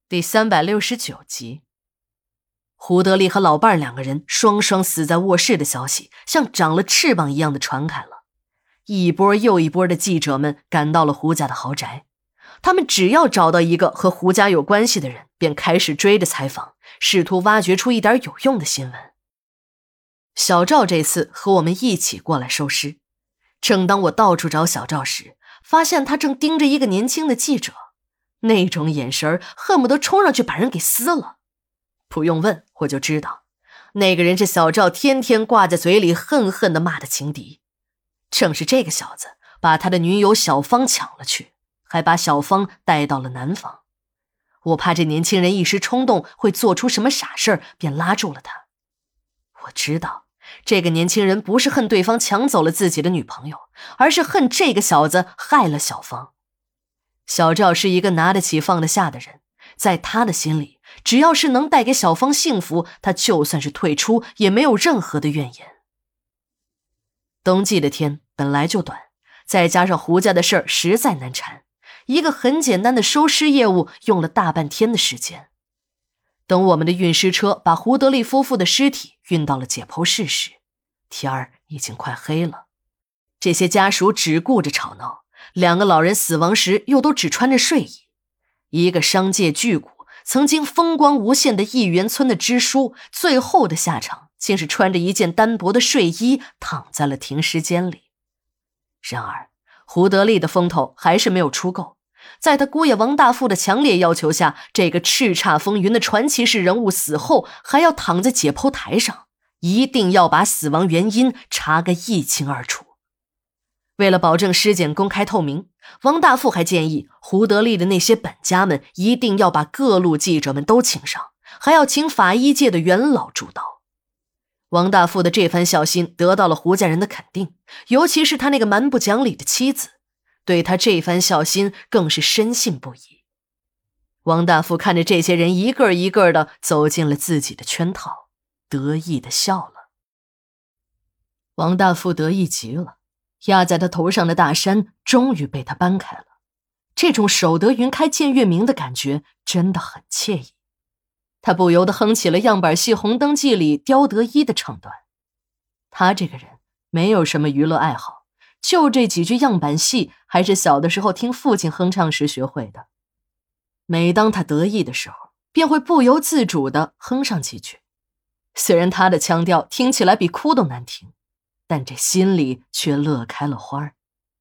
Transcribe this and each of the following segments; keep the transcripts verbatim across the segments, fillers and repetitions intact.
第三百六十九集。胡德利和老伴儿两个人双双死在卧室的消息像长了翅膀一样的传开了，一波又一波的记者们赶到了胡家的豪宅，他们只要找到一个和胡家有关系的人，便开始追着采访，试图挖掘出一点有用的新闻。小赵这次和我们一起过来收尸，正当我到处找小赵时，发现他正盯着一个年轻的记者，那种眼神恨不得冲上去把人给撕了。不用问我就知道，那个人是小赵天天挂在嘴里恨恨地骂的情敌。正是这个小子把他的女友小芳抢了去，还把小芳带到了南方。我怕这年轻人一时冲动会做出什么傻事，便拉住了他。我知道这个年轻人不是恨对方抢走了自己的女朋友，而是恨这个小子害了小芳。小赵是一个拿得起放得下的人，在他的心里，只要是能带给小芳幸福，他就算是退出也没有任何的怨言。冬季的天本来就短，再加上胡家的事儿实在难缠，一个很简单的收尸业务用了大半天的时间。等我们的运尸车把胡德利夫妇的尸体运到了解剖室时，天儿已经快黑了。这些家属只顾着吵闹，两个老人死亡时又都只穿着睡衣。一个商界巨贾，曾经风光无限的一元村的支书，最后的下场竟是穿着一件单薄的睡衣躺在了停尸间里。然而胡德利的风头还是没有出够，在他姑爷王大富的强烈要求下，这个叱咤风云的传奇式人物死后还要躺在解剖台上，一定要把死亡原因查个一清二楚。为了保证尸检公开透明，王大富还建议胡德利的那些本家们一定要把各路记者们都请上，还要请法医界的元老主导。王大富的这番孝心得到了胡家人的肯定，尤其是他那个蛮不讲理的妻子，对他这番孝心更是深信不疑。王大富看着这些人一个一个的走进了自己的圈套，得意的笑了。王大富得意极了，压在他头上的大山终于被他搬开了，这种守得云开见月明的感觉真的很惬意。他不由得哼起了样板戏《红灯记》里刁德一的唱段。他这个人没有什么娱乐爱好，就这几句样板戏还是小的时候听父亲哼唱时学会的。每当他得意的时候，便会不由自主地哼上几句。虽然他的腔调听起来比哭都难听，但这心里却乐开了花。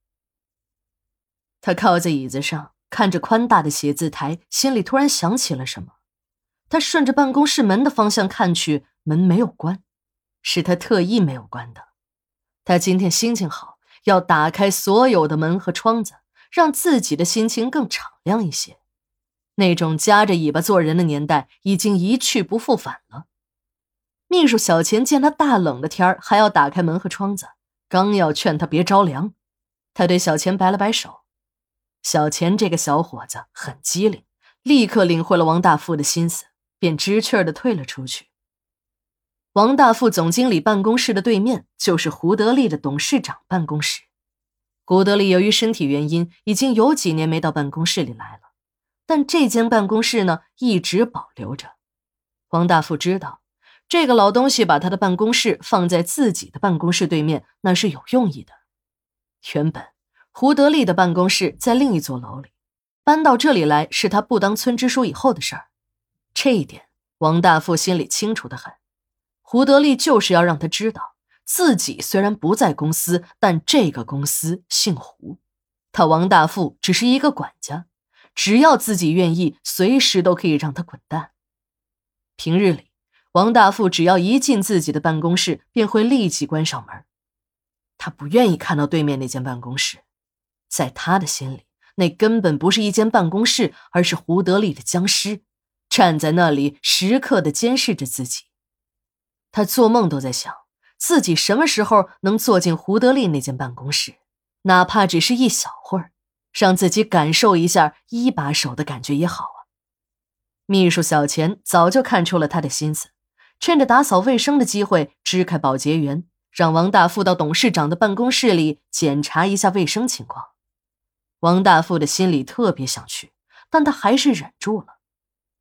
他靠在椅子上，看着宽大的写字台，心里突然想起了什么。他顺着办公室门的方向看去，门没有关，是他特意没有关的。他今天心情好，要打开所有的门和窗子，让自己的心情更敞亮一些。那种夹着尾巴做人的年代已经一去不复返了。秘书小钱见他大冷的天儿还要打开门和窗子，刚要劝他别着凉，他对小钱摆了摆手。小钱这个小伙子很机灵，立刻领会了王大富的心思，便知趣地退了出去。王大富总经理办公室的对面就是胡德利的董事长办公室。胡德利由于身体原因已经有几年没到办公室里来了，但这间办公室呢一直保留着。王大富知道这个老东西把他的办公室放在自己的办公室对面，那是有用意的。原本胡德利的办公室在另一座楼里，搬到这里来是他不当村支书以后的事儿。这一点王大富心里清楚得很。胡德利就是要让他知道，自己虽然不在公司，但这个公司姓胡，他王大富只是一个管家，只要自己愿意，随时都可以让他滚蛋。平日里王大富只要一进自己的办公室，便会立即关上门。他不愿意看到对面那间办公室，在他的心里，那根本不是一间办公室，而是胡德利的僵尸，站在那里时刻地监视着自己。他做梦都在想，自己什么时候能坐进胡德利那间办公室，哪怕只是一小会儿，让自己感受一下一把手的感觉也好啊。秘书小钱早就看出了他的心思，趁着打扫卫生的机会支开保洁员，让王大富到董事长的办公室里检查一下卫生情况。王大富的心里特别想去，但他还是忍住了。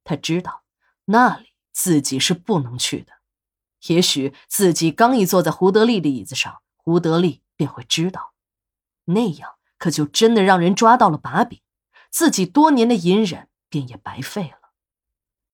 他知道那里自己是不能去的。也许自己刚一坐在胡德利的椅子上，胡德利便会知道，那样可就真的让人抓到了把柄，自己多年的隐忍便也白费了。